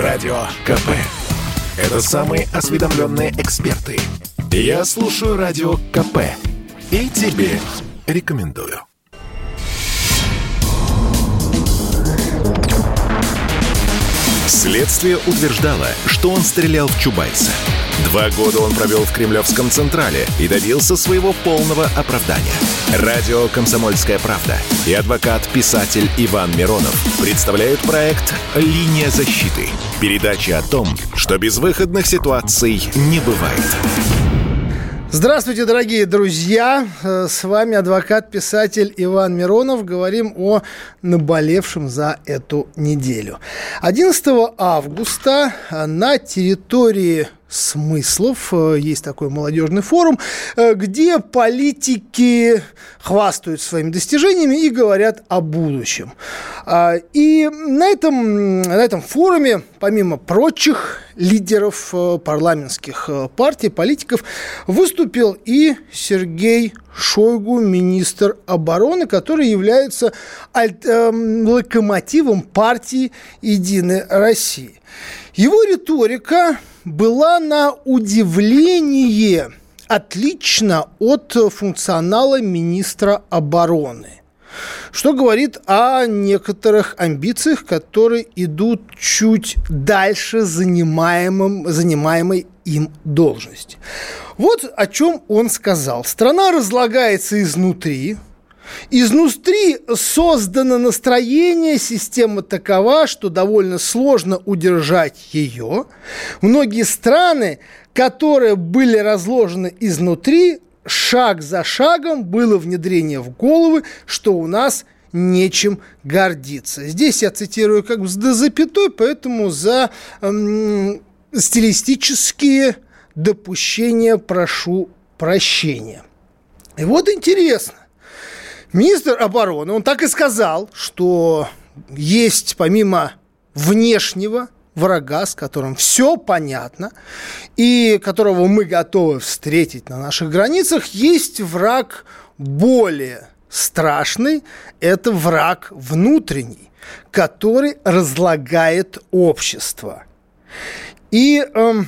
Радио КП. Это самые осведомленные эксперты. Я слушаю Радио КП и тебе рекомендую. Следствие утверждало, что он стрелял в Чубайса. 2 года он провел в Кремлевском Централе и добился своего полного оправдания. Радио «Комсомольская правда» и адвокат-писатель Иван Миронов представляют проект «Линия защиты». Передача о том, что безвыходных ситуаций не бывает. Здравствуйте, дорогие друзья! С вами адвокат-писатель Иван Миронов. Говорим о наболевшем за эту неделю. 11 августа на территории «Смыслов» есть такой молодежный форум, где политики хвастают своими достижениями и говорят о будущем. И на этом форуме, помимо прочих лидеров парламентских партий, политиков, выступил и Сергей Шойгу, министр обороны, который является локомотивом партии «Единая Россия». Его риторика была на удивление отлична от функционала министра обороны, что говорит о некоторых амбициях, которые идут чуть дальше занимаемой им должности. Вот о чем он сказал. Страна разлагается изнутри. Изнутри создано настроение, система такова, что довольно сложно удержать ее. Многие страны, которые были разложены изнутри, шаг за шагом было внедрение в головы, что у нас нечем гордиться. Здесь я цитирую как бы с запятой, поэтому за стилистические допущения прошу прощения. И вот интересно. Министр обороны, он так и сказал, что есть помимо внешнего врага, с которым все понятно, и которого мы готовы встретить на наших границах, есть враг более страшный, это враг внутренний, который разлагает общество. И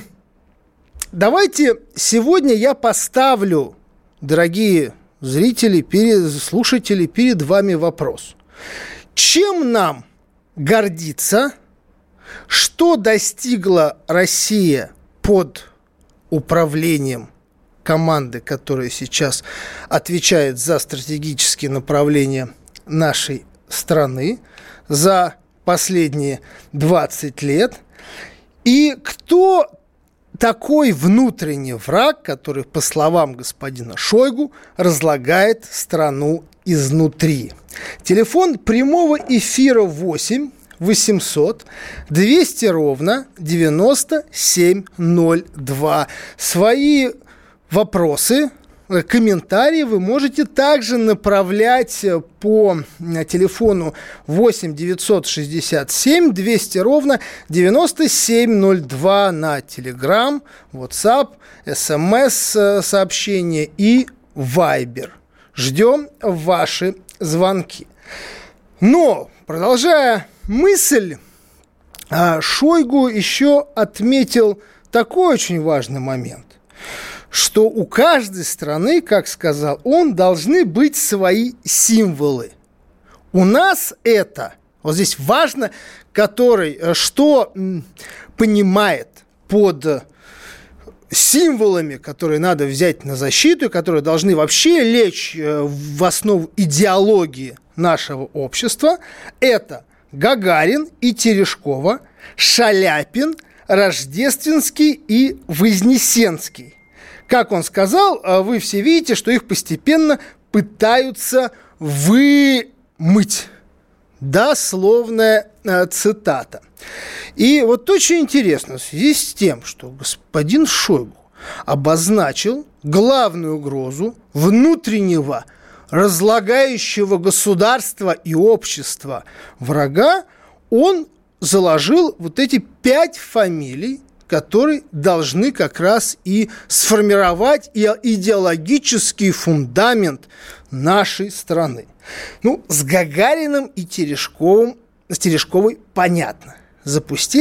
давайте сегодня я поставлю, дорогие зрители, слушатели, перед вами вопрос. Чем нам гордиться? Что достигла Россия под управлением команды, которая сейчас отвечает за стратегические направления нашей страны за последние 20 лет? И кто такой внутренний враг, который, по словам господина Шойгу, разлагает страну изнутри? Телефон прямого эфира 8 800 200 ровно 9702. Свои вопросы, комментарии вы можете также направлять по телефону 8 967 200 ровно 9702 на Telegram, WhatsApp, SMS сообщения и Viber. Ждем ваши звонки. Но, продолжая мысль, Шойгу еще отметил такой очень важный момент, что у каждой страны, как сказал он, должны быть свои символы. У нас это, вот здесь важно, что понимает под символами, которые надо взять на защиту, которые должны вообще лечь в основу идеологии нашего общества, это Гагарин и Терешкова, Шаляпин, Рождественский и Вознесенский. Как он сказал, вы все видите, что их постепенно пытаются вымыть. Дословная цитата. И вот очень интересно, в связи с тем, что господин Шойгу обозначил главную угрозу внутреннего разлагающего государства и общества врага, он заложил вот эти 5 фамилий, которые должны как раз и сформировать идеологический фундамент нашей страны. Ну, с Гагариным и Терешковой понятно. Запустили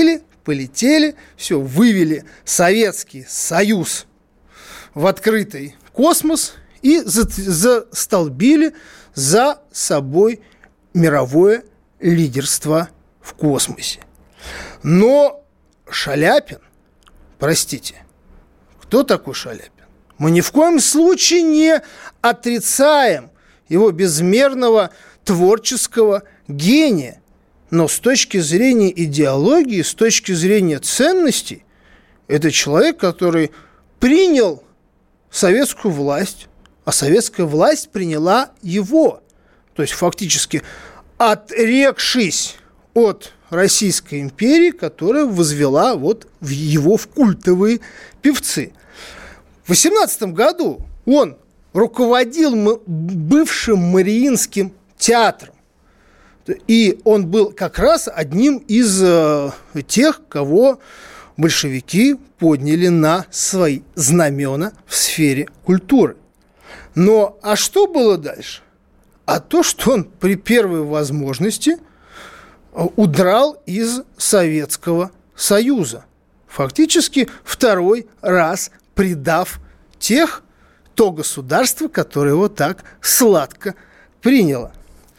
полетели, все, вывели Советский Союз в открытый космос и застолбили за собой мировое лидерство в космосе. Но Шаляпин, простите, кто такой Шаляпин? Мы ни в коем случае не отрицаем его безмерного творческого гения. Но с точки зрения идеологии, с точки зрения ценностей, это человек, который принял советскую власть, а советская власть приняла его. То есть фактически отрекшись от Российской империи, которая возвела вот его в культовые певцы. В 18 году он руководил бывшим Мариинским театром. И он был как раз одним из тех, кого большевики подняли на свои знамена в сфере культуры. Но а что было дальше? А то, что он при первой возможности удрал из Советского Союза. Фактически второй раз предав то государство, которое его так сладко приняло.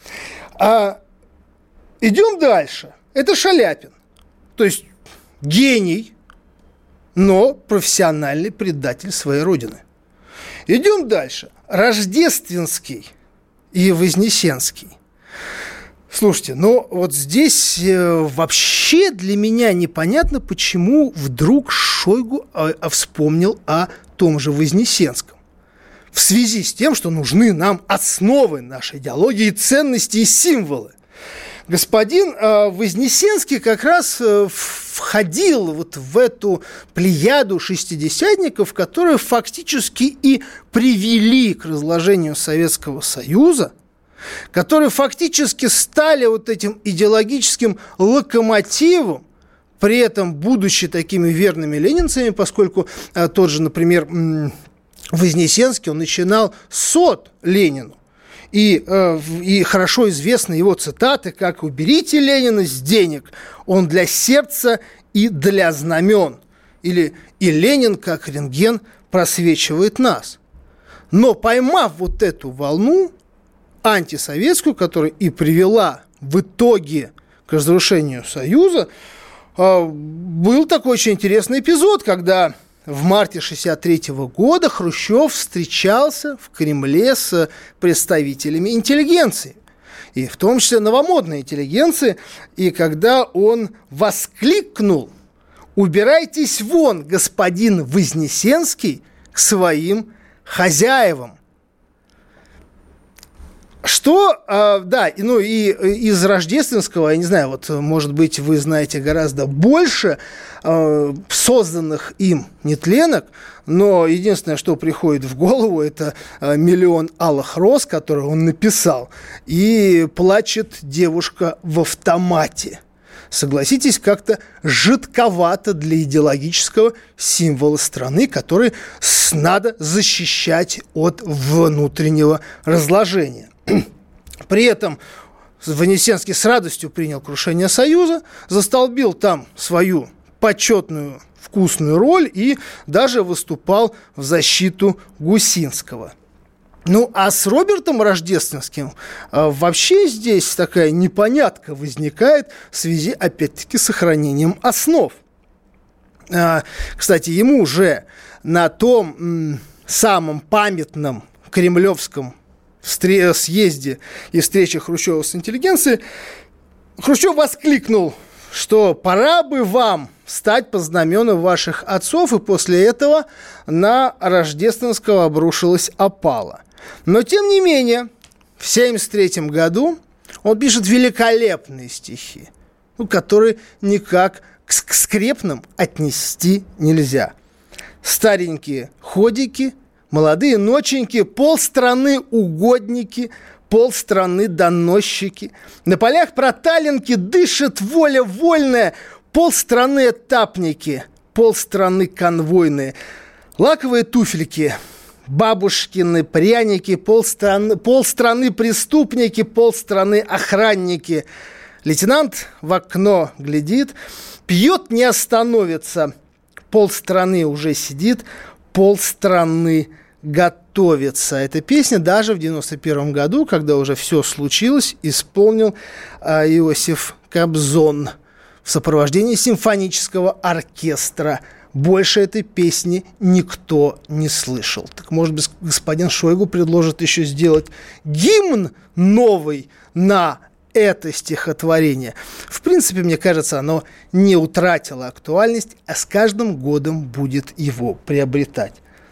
Идем дальше. Это Шаляпин. То есть гений, но профессиональный предатель своей родины. Идем дальше. Рождественский и Вознесенский. Слушайте, вот здесь вообще для меня непонятно, почему вдруг Шойгу вспомнил о том же Вознесенском. В связи с тем, что нужны нам основы нашей идеологии, ценности и символы. Господин Вознесенский как раз входил вот в эту плеяду шестидесятников, которые фактически и привели к разложению Советского Союза, которые фактически стали вот этим идеологическим локомотивом, при этом будучи такими верными ленинцами, поскольку тот же, например, Вознесенский, он начинал с от Ленину. И хорошо известны его цитаты, как «уберите Ленина с денег, он для сердца и для знамен». Или «и Ленин, как рентген, просвечивает нас». Но поймав вот эту волну антисоветскую, которая и привела в итоге к разрушению Союза, был такой очень интересный эпизод, когда в марте 1963 года Хрущев встречался в Кремле с представителями интеллигенции, и в том числе новомодной интеллигенции, и когда он воскликнул: «Убирайтесь вон, господин Вознесенский, к своим хозяевам». Что, да, ну и из рождественского, я не знаю, вот, может быть, вы знаете гораздо больше созданных им нетленок, но единственное, что приходит в голову, это «Миллион алых роз», который он написал, и «Плачет девушка в автомате». Согласитесь, как-то жидковато для идеологического символа страны, который надо защищать от внутреннего разложения. При этом Вознесенский с радостью принял крушение Союза, застолбил там свою почетную вкусную роль и даже выступал в защиту Гусинского. Ну, а с Робертом Рождественским вообще здесь такая непонятка возникает в связи, опять-таки, с сохранением основ. Кстати, ему уже на том самом памятном кремлевском съезде и встрече Хрущева с интеллигенцией Хрущев воскликнул, что пора бы вам встать по знамену ваших отцов, и после этого на Рождественского обрушилась опала. Но, тем не менее, в 1973 году он пишет великолепные стихи, которые никак к скрепным отнести нельзя. Старенькие ходики, молодые ноченьки, полстраны угодники, полстраны доносчики. На полях проталинки дышит воля вольная, полстраны этапники, полстраны конвойные. Лаковые туфельки, бабушкины пряники, полстраны преступники, полстраны охранники. Лейтенант в окно глядит, пьет, не остановится. Полстраны уже сидит, полстраны готовится. Эта песня даже в 91 году, когда уже все случилось, исполнил Иосиф Кобзон в сопровождении симфонического оркестра. Больше этой песни никто не слышал. Так, может быть, господин Шойгу предложит еще сделать гимн новый на это стихотворение. В принципе, мне кажется, оно не утратило актуальность, а с каждым годом будет его приобретать.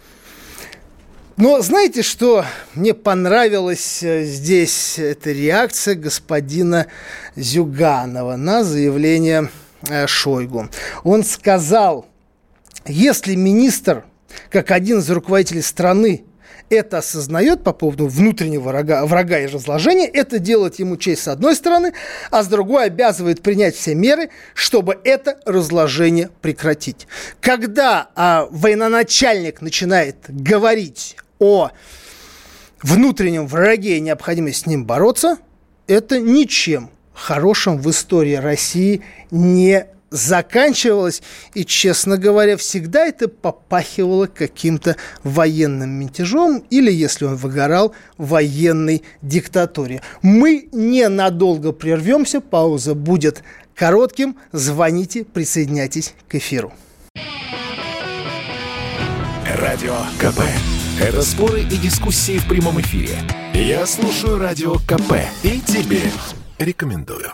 Но знаете, что мне понравилась здесь эта реакция господина Зюганова на заявление Шойгу. Он сказал: если министр, как один из руководителей страны, это осознает по поводу внутреннего врага и разложения, это делает ему честь с одной стороны, а с другой обязывает принять все меры, чтобы это разложение прекратить. Когда военачальник начинает говорить о внутреннем враге и необходимости с ним бороться, это ничем хорошим в истории России не заканчивалось, и, честно говоря, всегда это попахивало каким-то военным мятежом или, если он выгорал, военной диктатуре. Мы ненадолго прервемся, пауза будет коротким. Звоните, присоединяйтесь к эфиру. Радио КП. Это споры и дискуссии в прямом эфире. Я слушаю Радио КП и тебе рекомендую.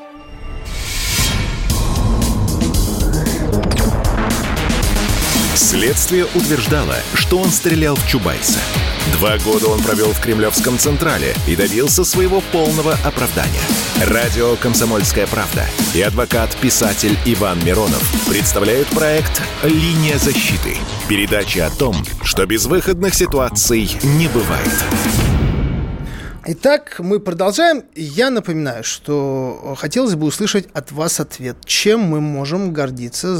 Следствие утверждало, что он стрелял в Чубайса. 2 года он провел в Кремлевском Централе и добился своего полного оправдания. Радио «Комсомольская правда» и адвокат-писатель Иван Миронов представляют проект «Линия защиты». Передача о том, что безвыходных ситуаций не бывает. Итак, мы продолжаем. Я напоминаю, что хотелось бы услышать от вас ответ. Чем мы можем гордиться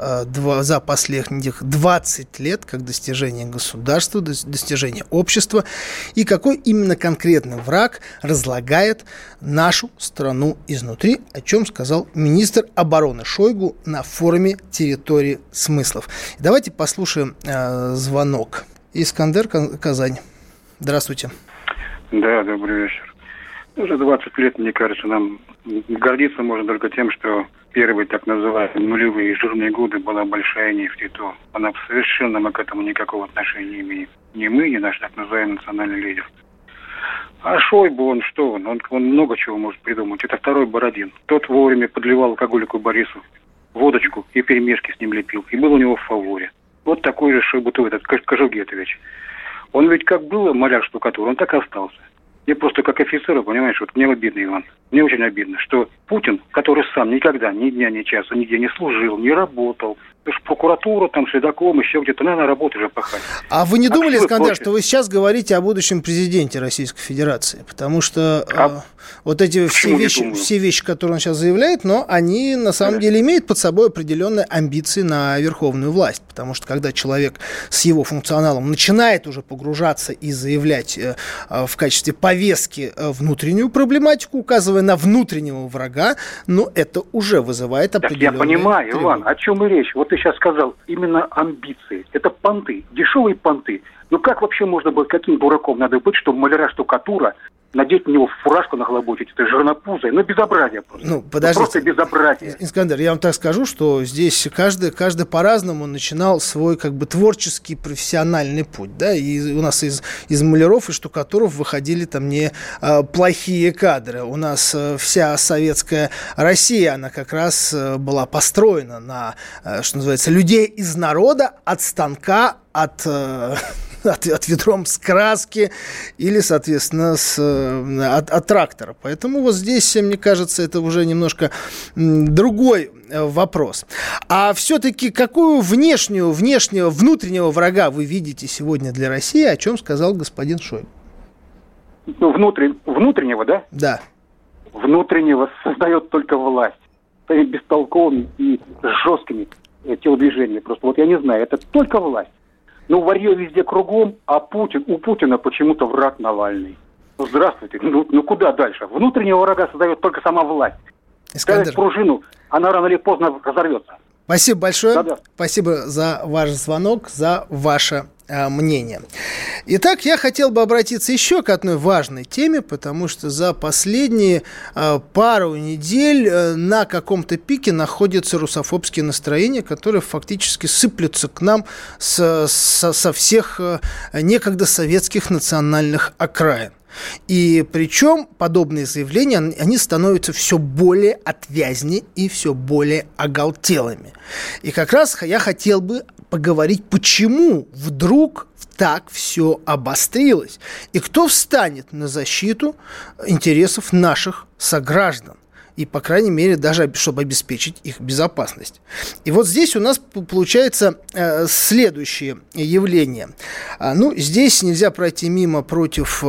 за последних 20 лет как достижение государства, достижение общества, и какой именно конкретный враг разлагает нашу страну изнутри, о чем сказал министр обороны Шойгу на форуме «Территории смыслов». Давайте послушаем звонок. Искандер, Казань. Здравствуйте. Да, добрый вечер. Уже 20 лет, мне кажется, нам гордиться можно только тем, что первые так называемые нулевые жирные годы была большая нефть, и то она совершенно мы к этому никакого отношения не имеем. Ни мы, ни наш так называемый национальный лидер. А Шойгу, он много чего может придумать. Это второй Бородин. Тот вовремя подливал алкоголику Борису водочку и перемешки с ним лепил. И был у него в фаворе. Вот такой же Шойгу, этот Кожугетович. Он ведь как был маляр-штукатур, он так и остался. Мне просто как офицеру, понимаешь, вот мне обидно, Иван. Мне очень обидно, что Путин, который сам никогда ни дня, ни часа, нигде не служил, не работал, прокуратура, там, следаком, еще где-то, на работу же пахать. А вы не думали, Искандер, что вы сейчас говорите о будущем президенте Российской Федерации? Потому что вот эти все вещи, которые он сейчас заявляет, но они на самом деле имеют под собой определенные амбиции на верховную власть. Потому что когда человек с его функционалом начинает уже погружаться и заявлять в качестве повестки внутреннюю проблематику, указывая на внутреннего врага, ну, это уже вызывает определенные Я понимаю, требования. Иван, о чем и речь. Вот ты сейчас сказал, именно амбиции. Это понты, дешевые понты. Ну как вообще можно было, каким дураком надо быть, чтобы маляра-штукатура надеть на него фуражку нахлобучить? Это жирнопузое, безобразие просто. Ну, подождите. Просто безобразие. Искандер, я вам так скажу, что здесь каждый по-разному начинал свой творческий, профессиональный путь, да, и у нас из маляров и штукатуров выходили там не плохие кадры. У нас вся советская Россия, она как раз была построена на, что называется, людей из народа, от станка, от ведром с краски или, соответственно, от трактора. Поэтому вот здесь, мне кажется, это уже немножко другой вопрос. А все-таки какую внутреннего врага вы видите сегодня для России, о чем сказал господин Шойгу? Внутреннего, да? Да. Внутреннего создает только власть. Своими бестолковыми и жесткими телодвижениями. Просто вот я не знаю, это только власть. Варьё везде кругом, а у Путина почему-то враг Навальный. Здравствуйте. Куда дальше? Внутреннего врага создает только сама власть. Искандер. Пружину, она рано или поздно разорвется. Спасибо большое. Да-да. Спасибо за ваш звонок, за ваше мнение. Итак, я хотел бы обратиться еще к одной важной теме, потому что за последние пару недель на каком-то пике находятся русофобские настроения, которые фактически сыплются к нам со всех некогда советских национальных окраин. И причем подобные заявления, они становятся все более отвязнее и все более оголтелыми. И как раз я хотел бы поговорить, почему вдруг так все обострилось. И кто встанет на защиту интересов наших сограждан. И, по крайней мере, даже чтобы обеспечить их безопасность. И вот здесь у нас получается следующее явление. Здесь нельзя пройти мимо против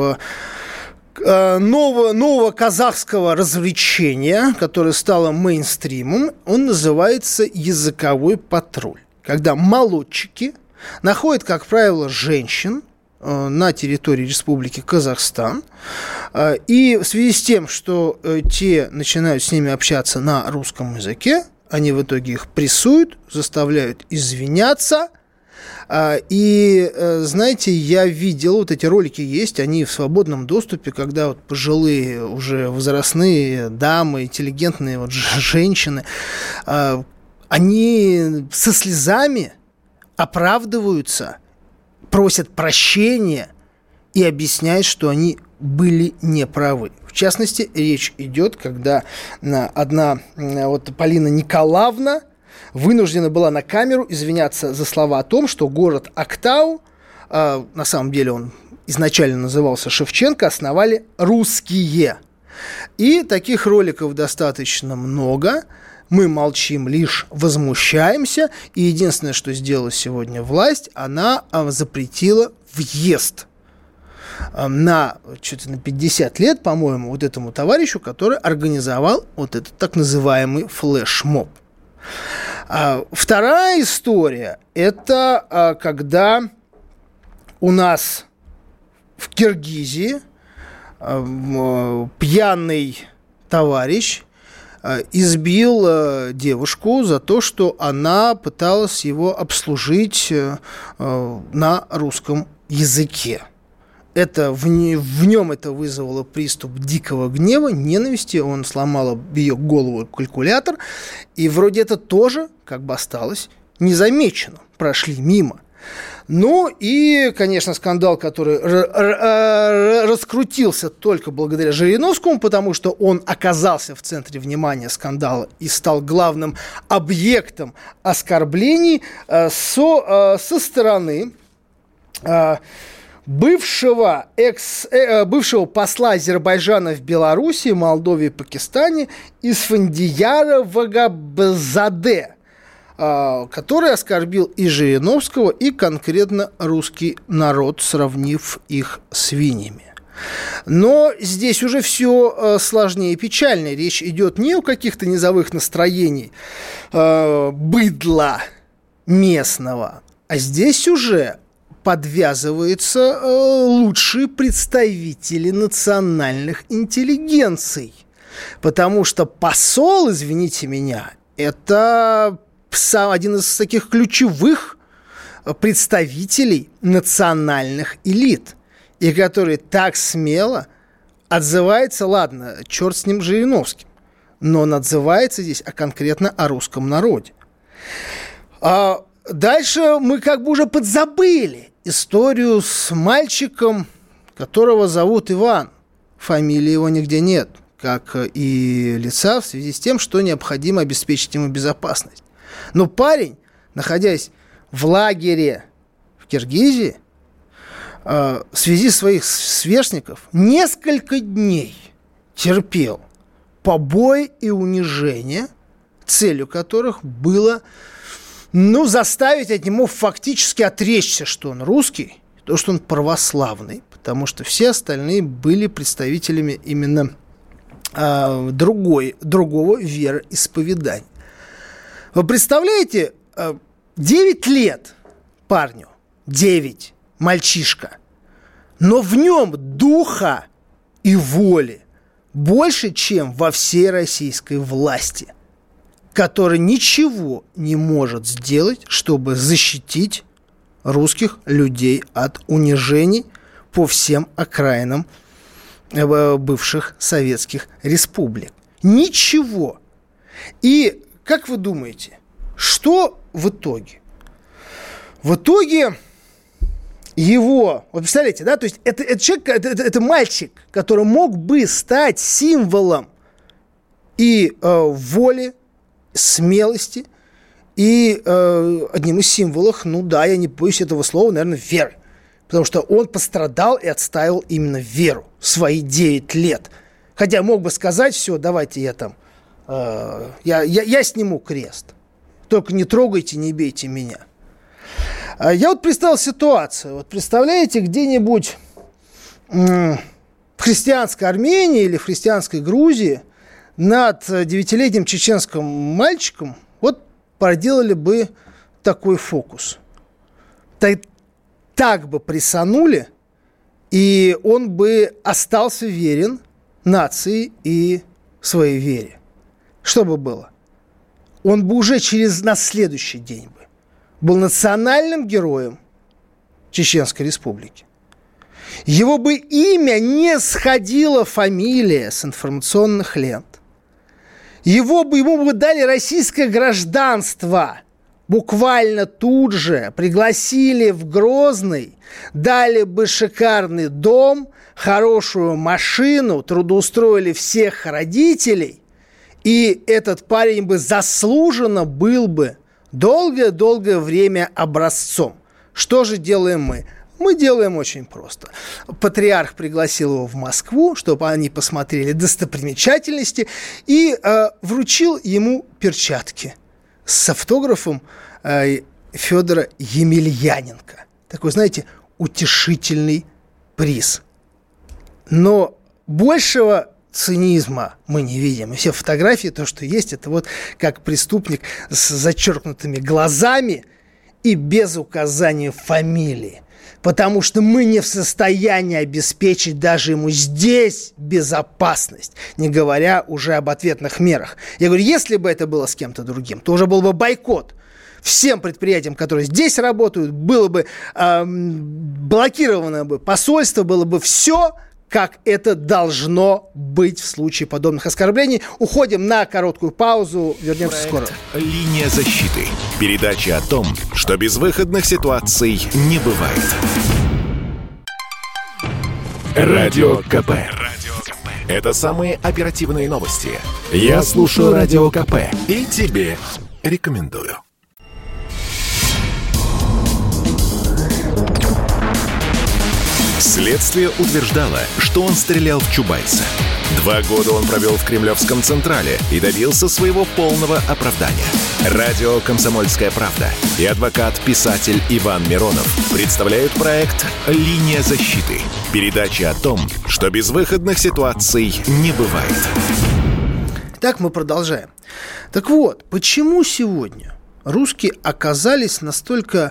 нового казахского развлечения, которое стало мейнстримом. Он называется языковой патруль. Когда молодчики находят, как правило, женщин на территории Республики Казахстан. И в связи с тем, что те начинают с ними общаться на русском языке, они в итоге их прессуют, заставляют извиняться. И, знаете, я видел, вот эти ролики есть, они в свободном доступе, когда вот пожилые, уже возрастные дамы, интеллигентные вот женщины, они со слезами оправдываются, просят прощения и объясняют, что они были неправы. В частности, речь идет, когда одна Полина Николаевна вынуждена была на камеру извиняться за слова о том, что город Актау, на самом деле он изначально назывался Шевченко, основали русские. И таких роликов достаточно много. Мы молчим, лишь возмущаемся. И единственное, что сделала сегодня власть, она запретила въезд на 50 лет, по-моему, вот этому товарищу, который организовал вот этот так называемый флешмоб. Вторая история – это когда у нас в Киргизии пьяный товарищ избил девушку за то, что она пыталась его обслужить на русском языке. В нем это вызвало приступ дикого гнева, ненависти. Он сломал ее голову калькулятор. И вроде это тоже как бы осталось незамеченным. Прошли мимо. Ну и, конечно, скандал, который раскрутился только благодаря Жириновскому, потому что он оказался в центре внимания скандала и стал главным объектом оскорблений со стороны бывшего посла Азербайджана в Беларуси, Молдове и Пакистане Исфандияра Вагабзаде, который оскорбил и Жириновского, и конкретно русский народ, сравнив их свиньями. Но здесь уже все сложнее и печальнее. Речь идет не о каких-то низовых настроениях быдла местного, а здесь уже подвязываются лучшие представители национальных интеллигенций. Потому что посол, извините меня, это один из таких ключевых представителей национальных элит, и который так смело отзывается, ладно, черт с ним Жириновским, но он отзывается здесь конкретно о русском народе. Дальше мы как бы уже подзабыли историю с мальчиком, которого зовут Иван. Фамилии его нигде нет, как и лица, в связи с тем, что необходимо обеспечить ему безопасность. Но парень, находясь в лагере в Киргизии, в связи своих сверстников несколько дней терпел побои и унижения, целью которых было заставить от него фактически отречься, что он русский, то, что он православный, потому что все остальные были представителями именно другого вероисповедания. Вы представляете, 9 лет парню, 9, мальчишка, но в нем духа и воли больше, чем во всей российской власти, которая ничего не может сделать, чтобы защитить русских людей от унижений по всем окраинам бывших советских республик. Ничего. И как вы думаете, что в итоге? В итоге его, вот представляете, да, то есть это человек, это мальчик, который мог бы стать символом и воли, смелости, и одним из символов, ну да, я не боюсь этого слова, наверное, веры. Потому что он пострадал и отстаивал именно веру свои 9 лет. Хотя мог бы сказать, все, давайте я там, я сниму крест. Только не трогайте, не бейте меня. Я вот представил ситуацию. Вот представляете, где-нибудь в христианской Армении или в христианской Грузии над 9-летним чеченским мальчиком вот проделали бы такой фокус. Так бы прессанули, и он бы остался верен нации и своей вере. Что бы было? Он бы уже на следующий день был национальным героем Чеченской Республики. Его бы имя не сходила фамилия с информационных лент. Ему бы дали российское гражданство. Буквально тут же пригласили в Грозный, дали бы шикарный дом, хорошую машину, трудоустроили всех родителей, и этот парень бы заслуженно был бы долгое-долгое время образцом. Что же делаем мы? Мы делаем очень просто. Патриарх пригласил его в Москву, чтобы они посмотрели достопримечательности, и вручил ему перчатки с автографом Федора Емельяненко. Такой, знаете, утешительный приз. Но большего цинизма мы не видим. И все фотографии, то, что есть, это вот как преступник с зачеркнутыми глазами и без указания фамилии. Потому что мы не в состоянии обеспечить даже ему здесь безопасность, не говоря уже об ответных мерах. Я говорю, если бы это было с кем-то другим, то уже был бы бойкот. Всем предприятиям, которые здесь работают, было бы блокировано бы посольство, было бы все, как это должно быть в случае подобных оскорблений. Уходим на короткую паузу. Вернемся скоро. «Линия защиты». Передача о том, что безвыходных ситуаций не бывает. Радио КП. Это самые оперативные новости. Я слушаю Радио КП и тебе рекомендую. Следствие утверждало, что он стрелял в Чубайса. 2 года он провел в Кремлевском Централе и добился своего полного оправдания. Радио «Комсомольская правда» и адвокат-писатель Иван Миронов представляют проект «Линия защиты». Передача о том, что безвыходных ситуаций не бывает. Так мы продолжаем. Так вот, почему сегодня русские оказались настолько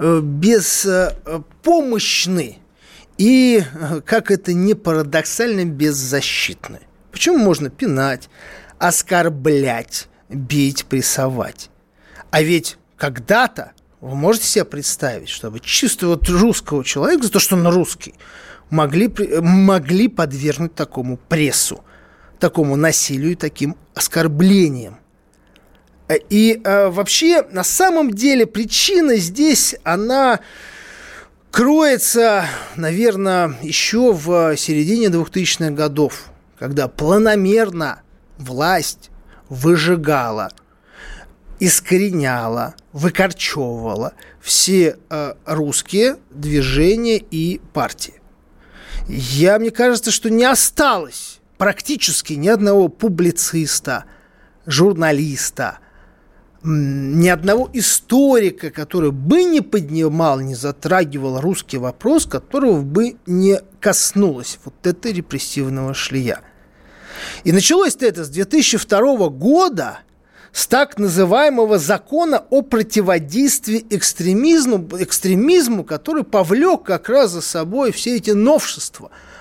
беспомощны и, как это ни парадоксально, беззащитны? Почему можно пинать, оскорблять, бить, прессовать? А ведь когда-то, вы можете себе представить, чтобы чисто вот русского человека, за то, что он русский, могли подвергнуть такому прессу, такому насилию, таким оскорблениям. И вообще, на самом деле, причина здесь, она кроется, наверное, еще в середине 2000-х годов, когда планомерно власть выжигала, искореняла, выкорчевывала все русские движения и партии. Мне кажется, что не осталось практически ни одного публициста, журналиста, ни одного историка, который бы не поднимал, не затрагивал русский вопрос, которого бы не коснулось вот этого репрессивного шлея. И началось это с 2002 года, с так называемого закона о противодействии экстремизму, который повлек как раз за собой все эти новшества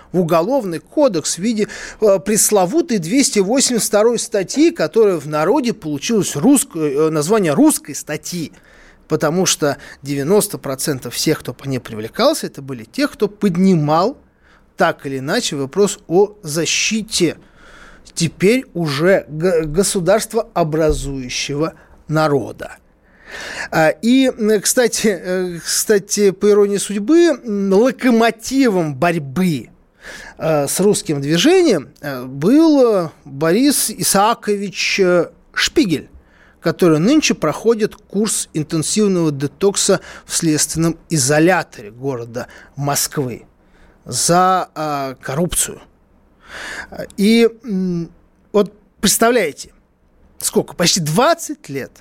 в Уголовный кодекс в виде пресловутой 282 статьи, которая в народе получилась название русской статьи. Потому что 90% всех, кто по ней привлекался, это были те, кто поднимал так или иначе вопрос о защите теперь уже государствообразующего народа. И, кстати, по иронии судьбы, локомотивом борьбы с русским движением был Борис Исаакович Шпигель, который нынче проходит курс интенсивного детокса в следственном изоляторе города Москвы за коррупцию. И вот представляете, сколько? Почти 20 лет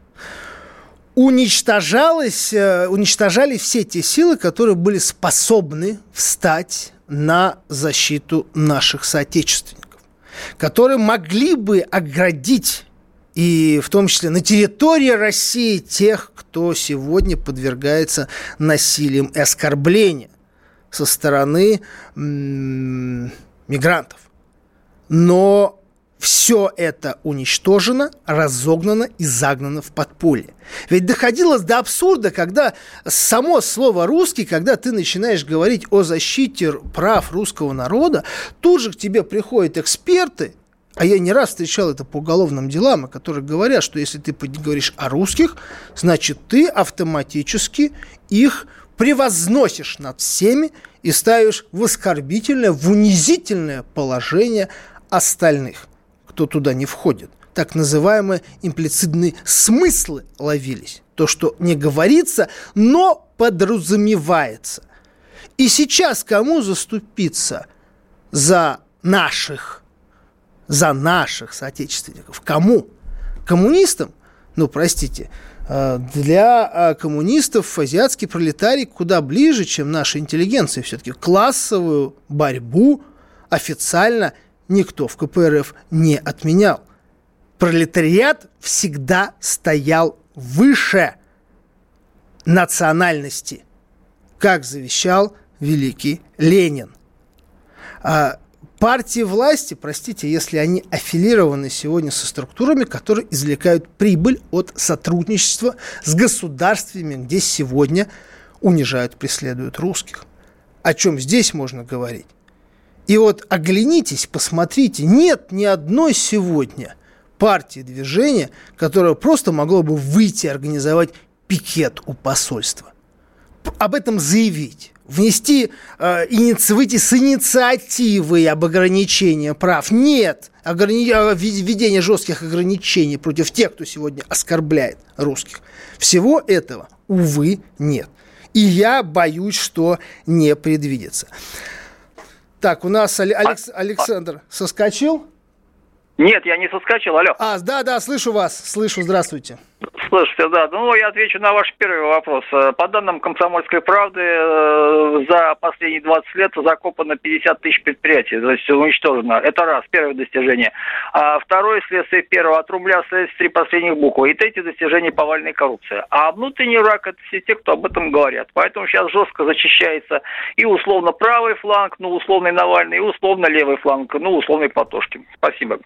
уничтожались все те силы, которые были способны встать на защиту наших соотечественников, которые могли бы оградить, и в том числе на территории России, тех, кто сегодня подвергается насилием и оскорблениям со стороны мигрантов. Но все это уничтожено, разогнано и загнано в подполье. Ведь доходило до абсурда, когда само слово «русский», когда ты начинаешь говорить о защите прав русского народа, тут же к тебе приходят эксперты, а я не раз встречал это по уголовным делам, которые говорят, что если ты говоришь о русских, значит, ты автоматически их превозносишь над всеми и ставишь в оскорбительное, в унизительное положение остальных, кто туда не входит. Так называемые имплицитные смыслы ловились. То, что не говорится, но подразумевается. И сейчас кому заступиться за наших соотечественников? Кому? Коммунистам? Ну, простите, для коммунистов азиатский пролетарий куда ближе, чем наша интеллигенция. Все-таки классовую борьбу официально никто в КПРФ не отменял. Пролетариат всегда стоял выше национальности, как завещал великий Ленин. Партии власти, простите, если они аффилированы сегодня со структурами, которые извлекают прибыль от сотрудничества с государствами, где сегодня унижают, преследуют русских. О чем здесь можно говорить? И вот оглянитесь, посмотрите, нет ни одной сегодня партии, движения, которое просто могло бы выйти и организовать пикет у посольства. Об этом заявить. Выйти с инициативой об ограничении прав. Нет введения жестких ограничений против тех, кто сегодня оскорбляет русских. Всего этого, увы, нет. И я боюсь, что не предвидится. Так, у нас Александр соскочил? Нет, я не соскочил, алло. Да, слышу вас, здравствуйте. Слушайте, да, я отвечу на ваш первый вопрос. По данным «Комсомольской правды», за последние 20 лет закопано 50 тысяч предприятий, то есть уничтожено. Это раз, первое достижение. А второе, следствие первого, от рубля следствие 3 последних буквы. И третье достижение — повальная коррупция. А внутренний враг — это все те, кто об этом говорят. Поэтому сейчас жестко зачищается и условно правый фланг, условный Навальный, и условно левый фланг, условный Платошкин. Спасибо.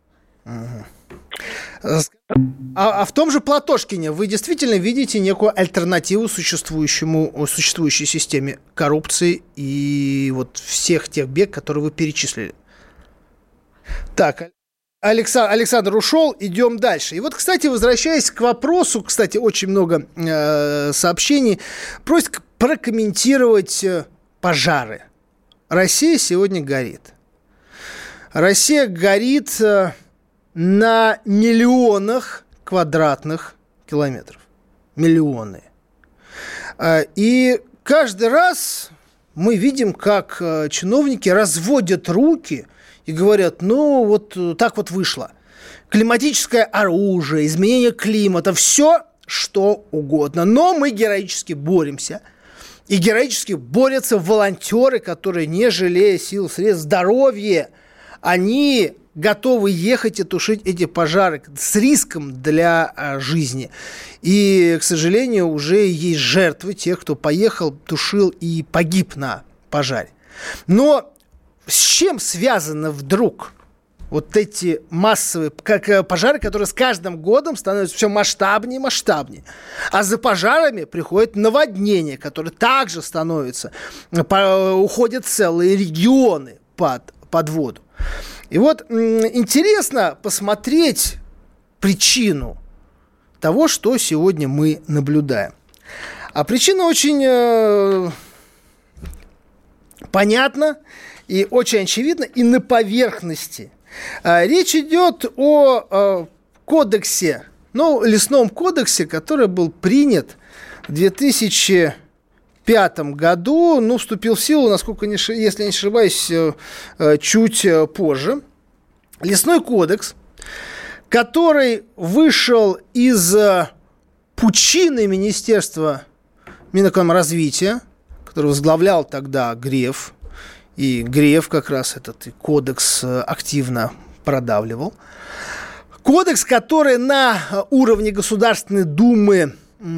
А в том же Платошкине вы действительно видите некую альтернативу существующей системе коррупции и вот всех тех бед, которые вы перечислили? Так, Александр ушел, идем дальше. И вот, кстати, возвращаясь к вопросу, очень много сообщений, просят прокомментировать пожары. Россия сегодня горит. Россия горит на миллионах квадратных километров. Миллионы. И каждый раз мы видим, как чиновники разводят руки и говорят, так вот вышло. Климатическое оружие, изменение климата, все, что угодно. Но мы героически боремся. И героически борются волонтеры, которые, не жалея сил, средств, здоровья, они готовы ехать и тушить эти пожары с риском для жизни. И, к сожалению, уже есть жертвы тех, кто поехал, тушил и погиб на пожаре. Но с чем связаны вдруг вот эти массовые пожары, которые с каждым годом становятся все масштабнее и масштабнее? А за пожарами приходит наводнение, которое также становится, уходят целые регионы под воду. И вот интересно посмотреть причину того, что сегодня мы наблюдаем. А причина очень понятна и очень очевидна, и на поверхности. Речь идет о кодексе, лесном кодексе, который был принят в 2005 году, вступил в силу, насколько, если я не ошибаюсь, чуть позже. Лесной кодекс, который вышел из пучины Министерства Минэкономразвития, который возглавлял тогда Греф, и Греф как раз этот кодекс активно продавливал. Кодекс, который на уровне Государственной Думы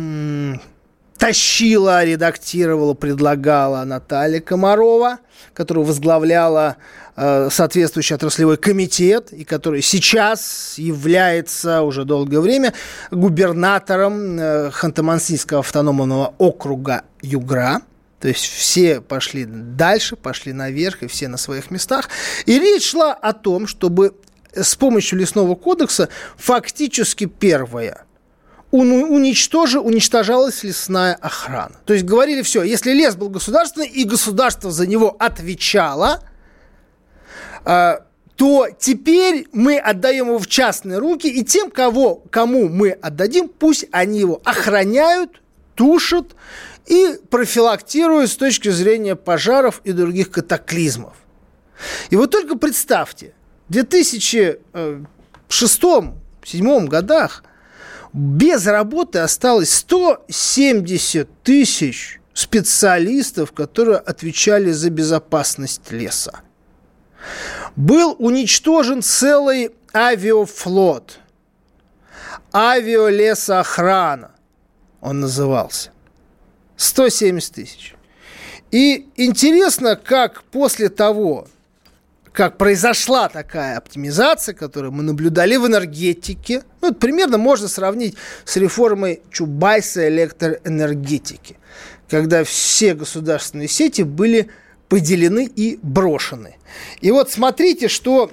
тащила, редактировала, предлагала Наталья Комарова, которая возглавляла соответствующий отраслевой комитет, и который сейчас является уже долгое время губернатором Ханты-Мансийского автономного округа Югра. То есть все пошли дальше, пошли наверх, и все на своих местах. И речь шла о том, чтобы с помощью лесного кодекса фактически первое уничтожалась лесная охрана. То есть говорили все, если лес был государственный, и государство за него отвечало, то теперь мы отдаем его в частные руки, и тем, кому мы отдадим, пусть они его охраняют, тушат и профилактируют с точки зрения пожаров и других катаклизмов. И вот только представьте, в 2006-2007 годах без работы осталось 170 тысяч специалистов, которые отвечали за безопасность леса. Был уничтожен целый авиафлот, авиалесоохрана он назывался. 170 тысяч. И интересно, как после того, как произошла такая оптимизация, которую мы наблюдали в энергетике, это примерно можно сравнить с реформой Чубайса электроэнергетики, когда все государственные сети были поделены и брошены. И вот смотрите, что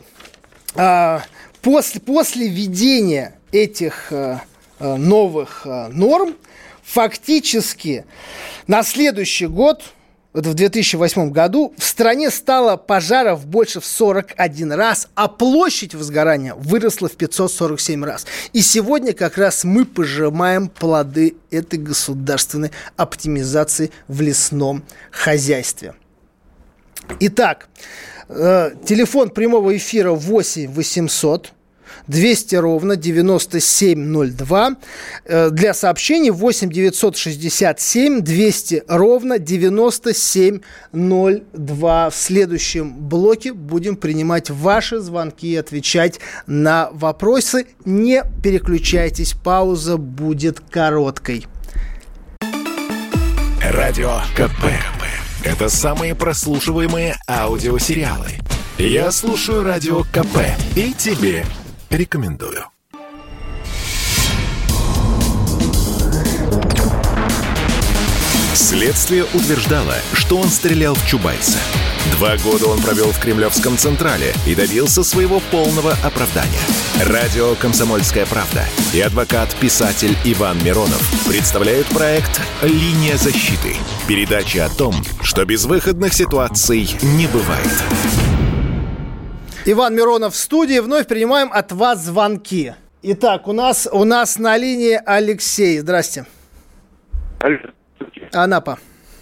после введения этих новых норм фактически на следующий год, это в 2008 году, в стране стало пожаров больше в 41 раз, а площадь возгорания выросла в 547 раз. И сегодня как раз мы пожимаем плоды этой государственной оптимизации в лесном хозяйстве. Итак, телефон прямого эфира 8 800 200 ровно 9702. Для сообщений 8 967 200 ровно 9702. В следующем блоке будем принимать ваши звонки и отвечать на вопросы. Не переключайтесь, пауза будет короткой. Радио КП. Это самые прослушиваемые аудиосериалы. Я слушаю Радио КП и тебе рекомендую. Следствие утверждало, что он стрелял в Чубайса. 2 года он провел в Кремлевском Централе и добился своего полного оправдания. Радио «Комсомольская правда» и адвокат-писатель Иван Миронов представляют проект «Линия защиты». Передача о том, что безвыходных ситуаций не бывает. Иван Миронов в студии. Вновь принимаем от вас звонки. Итак, у нас на линии Алексей. Здрасте. Анапа.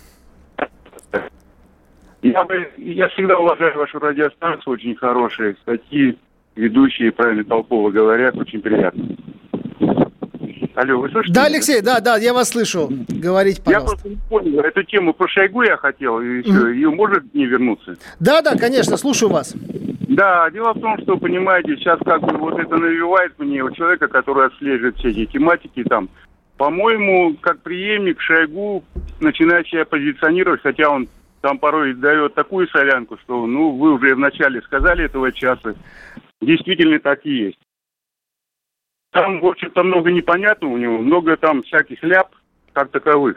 Я всегда уважаю вашу радиостанцию, очень хорошие статьи, ведущие, правильно, толково говорят, очень приятно. Алло, вы слышите? Да, Алексей, да, я вас слышу. Говорите, пожалуйста. Я просто не понял, эту тему про Шойгу я хотел, и все, ее можно не вернуться? Да, конечно, слушаю вас. Да, дело в том, что, понимаете, сейчас как бы вот это навевает мне у человека, который отслеживает все эти тематики там. По-моему, как преемник Шойгу начинает себя позиционировать, хотя он там порой дает такую солянку, что, ну, вы уже вначале сказали этого часа, действительно так и есть. Там, в общем-то, много непонятного у него, много там всяких ляп, как таковых.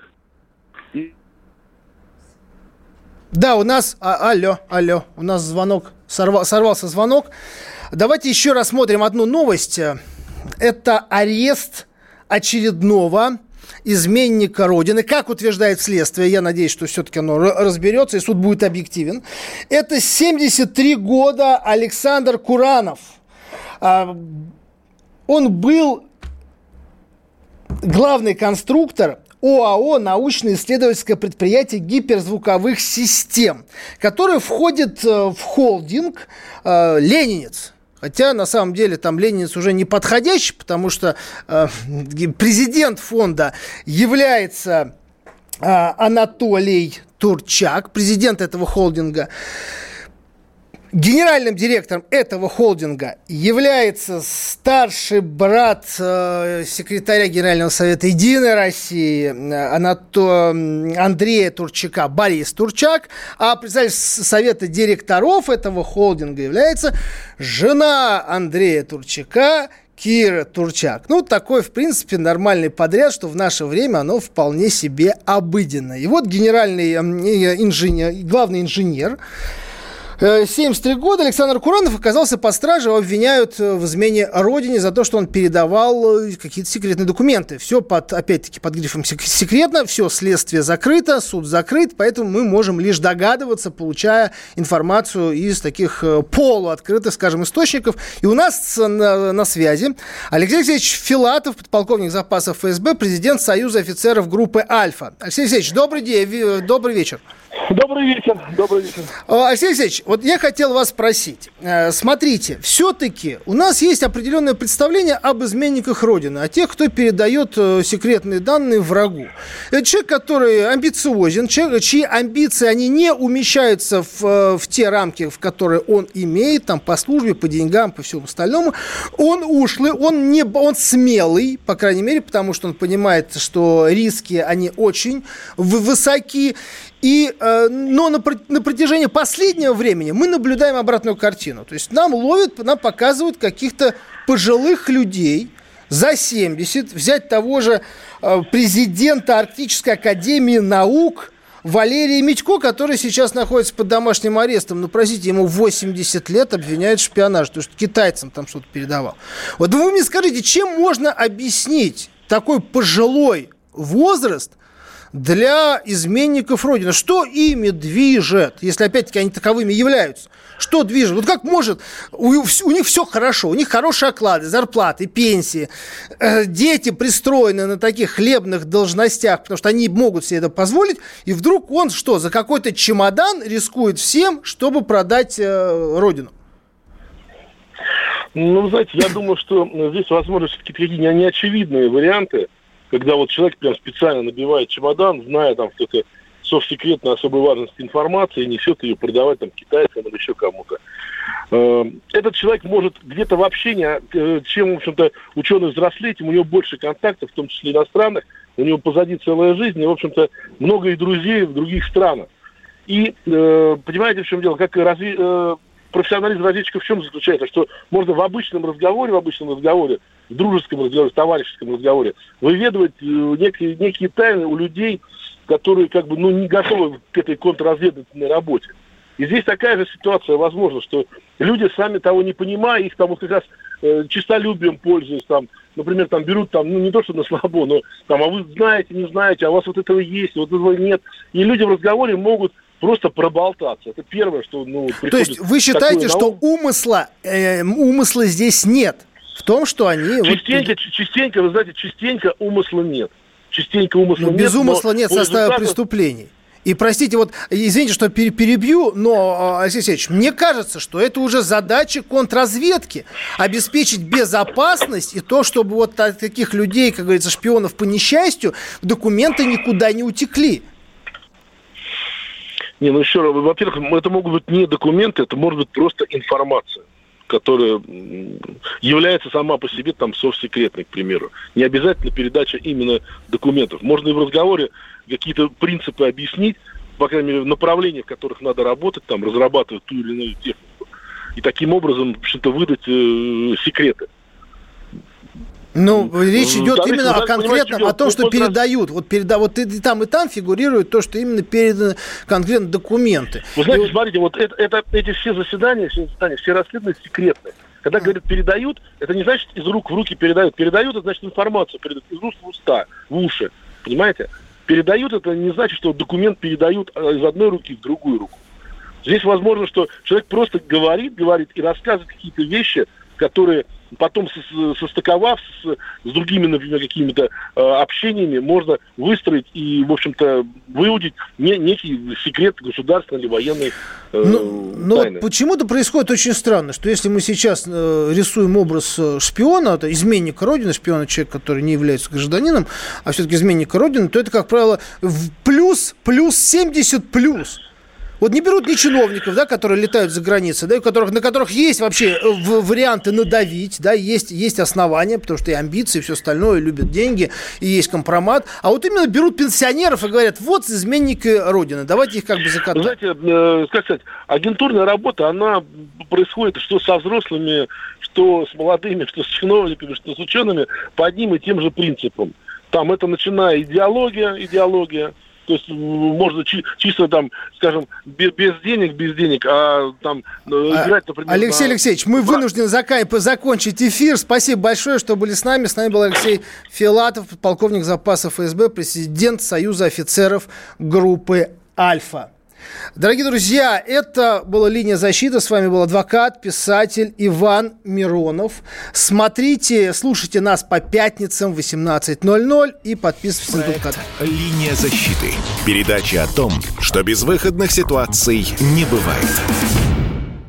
Да, у нас... Алло, у нас звонок, сорвался звонок. Давайте еще рассмотрим одну новость. Это арест очередного изменника Родины. Как утверждает следствие, я надеюсь, что все-таки оно разберется и суд будет объективен. Это 73 года Александр Куранов. Он был главный конструктор ОАО «Научно-исследовательское предприятие гиперзвуковых систем», которое входит в холдинг «Ленинец». Хотя, на самом деле, там Ленинец уже не подходящий, потому что президент фонда является Анатолий Турчак, президент этого холдинга. Генеральным директором этого холдинга является старший брат секретаря Генерального совета «Единой России» Андрея Турчака, Борис Турчак, а председатель совета директоров этого холдинга является жена Андрея Турчака, Кира Турчак. Ну, такой, в принципе, нормальный подряд, что в наше время оно вполне себе обыденно. И вот главный инженер, 73 года Александр Куранов оказался под стражей, его обвиняют в измене Родине за то, что он передавал какие-то секретные документы. Все, опять-таки, под грифом секретно, все, следствие закрыто, суд закрыт, поэтому мы можем лишь догадываться, получая информацию из таких полуоткрытых, скажем, источников. И у нас на связи Алексей Алексеевич Филатов, подполковник запасов ФСБ, президент Союза офицеров группы «Альфа». Алексей Алексеевич, добрый день, добрый вечер. Добрый вечер. Алексей Алексеевич, вот я хотел вас спросить. Смотрите, все-таки у нас есть определенное представление об изменниках Родины, о тех, кто передает секретные данные врагу. Это человек, который амбициозен, человек, чьи амбиции, они не умещаются в те рамки, в которые он имеет, там, по службе, по деньгам, по всему остальному. Он ушлый, он смелый, по крайней мере, потому что он понимает, что риски, они очень высоки. Но на протяжении последнего времени мы наблюдаем обратную картину. То есть нам показывают каких-то пожилых людей за 70. Взять того же президента Арктической академии наук Валерия Митько, который сейчас находится под домашним арестом. Ну, простите, ему 80 лет, обвиняют в шпионаже, потому что китайцам там что-то передавал. Вот вы мне скажите, чем можно объяснить такой пожилой возраст для изменников Родины? Что ими движет, если, опять-таки, они таковыми являются? Что движет? Вот как может... У них все хорошо, у них хорошие оклады, зарплаты, пенсии. Дети пристроены на таких хлебных должностях, потому что они могут себе это позволить. И вдруг он что, за какой-то чемодан рискует всем, чтобы продать Родину? Ну, знаете, я думаю, что здесь, возможно, все-таки такие неочевидные варианты, когда вот человек прям специально набивает чемодан, зная там что-то совсекретной особой важности информации, и несет ее продавать там китайцам или еще кому-то. Этот человек может где-то в общении, чем, в общем-то, ученый взрослеет, у него больше контактов, в том числе иностранных, у него позади целая жизнь, и, в общем-то, много и друзей в других странах. И, понимаете, в чем дело, как профессионализм разведчиков в чем заключается, что можно в обычном разговоре, в дружеском разговоре, в товарищеском разговоре выведывать некие тайны у людей, которые как бы не готовы к этой контрразведывательной работе. И здесь такая же ситуация возможна, что люди, сами того не понимая, их там вот как раз честолюбием пользуясь, там, например, там берут там, не то что на слабо, но там, а вы знаете, не знаете, а у вас вот этого есть, вот этого нет. И люди в разговоре могут просто проболтаться. Это первое, что приходит. То есть вы считаете, что умысла здесь нет? В том, что они... Частенько, вы знаете, умысла нет. Без умысла нет состава преступлений. И, простите, вот, извините, что перебью, но, Алексей Алексеевич, мне кажется, что это уже задача контрразведки. Обеспечить безопасность и то, чтобы вот от таких людей, как говорится, шпионов по несчастью, документы никуда не утекли. Еще раз, во-первых, это могут быть не документы, это может быть просто информация, которая является сама по себе там совсекретной, к примеру. Не обязательно передача именно документов. Можно и в разговоре какие-то принципы объяснить, по крайней мере, в направлениях, в которых надо работать, там, разрабатывать ту или иную технику. И таким образом, в общем-то, выдать секреты. Ну, речь идет именно о конкретном, о том, что передают. Вот и там фигурирует то, что именно переданы конкретно документы. Вы знаете, смотрите, вот эти все заседания, все расследования секретные. Когда говорят передают, это не значит из рук в руки передают. Передают, это значит информацию передают из уст в уста, в уши. Понимаете? Передают, это не значит, что документ передают из одной руки в другую руку. Здесь возможно, что человек просто говорит и рассказывает какие-то вещи, которые потом, состыковав с другими, например, какими-то общениями, можно выстроить и, в общем-то, выудить некий секрет государственной или военной тайны. Почему-то происходит очень странно, что если мы сейчас рисуем образ шпиона, это изменника Родины, шпиона, человека, который не является гражданином, а все-таки изменника Родины, то это, как правило, плюс 70 плюс. Вот не берут ни чиновников, да, которые летают за границей, да, на которых есть вообще варианты надавить, да, есть основания, потому что и амбиции, и все остальное, любят деньги, и есть компромат. А вот именно берут пенсионеров и говорят, вот изменники Родины, давайте их как бы закатать. Знаете, как сказать, агентурная работа, она происходит что со взрослыми, что с молодыми, что с чиновниками, что с учеными по одним и тем же принципам. Там это начиная идеология. То есть можно чисто там, скажем, без денег, а там играть, например... Алексей Алексеевич, мы вынуждены закончить эфир. Спасибо большое, что были с нами. С нами был Алексей Филатов, полковник запасов ФСБ, президент Союза офицеров группы «Альфа». Дорогие друзья, это была «Линия защиты». С вами был адвокат, писатель Иван Миронов. Слушайте нас по пятницам в 18:00 и подписывайтесь на YouTube-канал. «Линия защиты». Передача о том, что безвыходных ситуаций не бывает.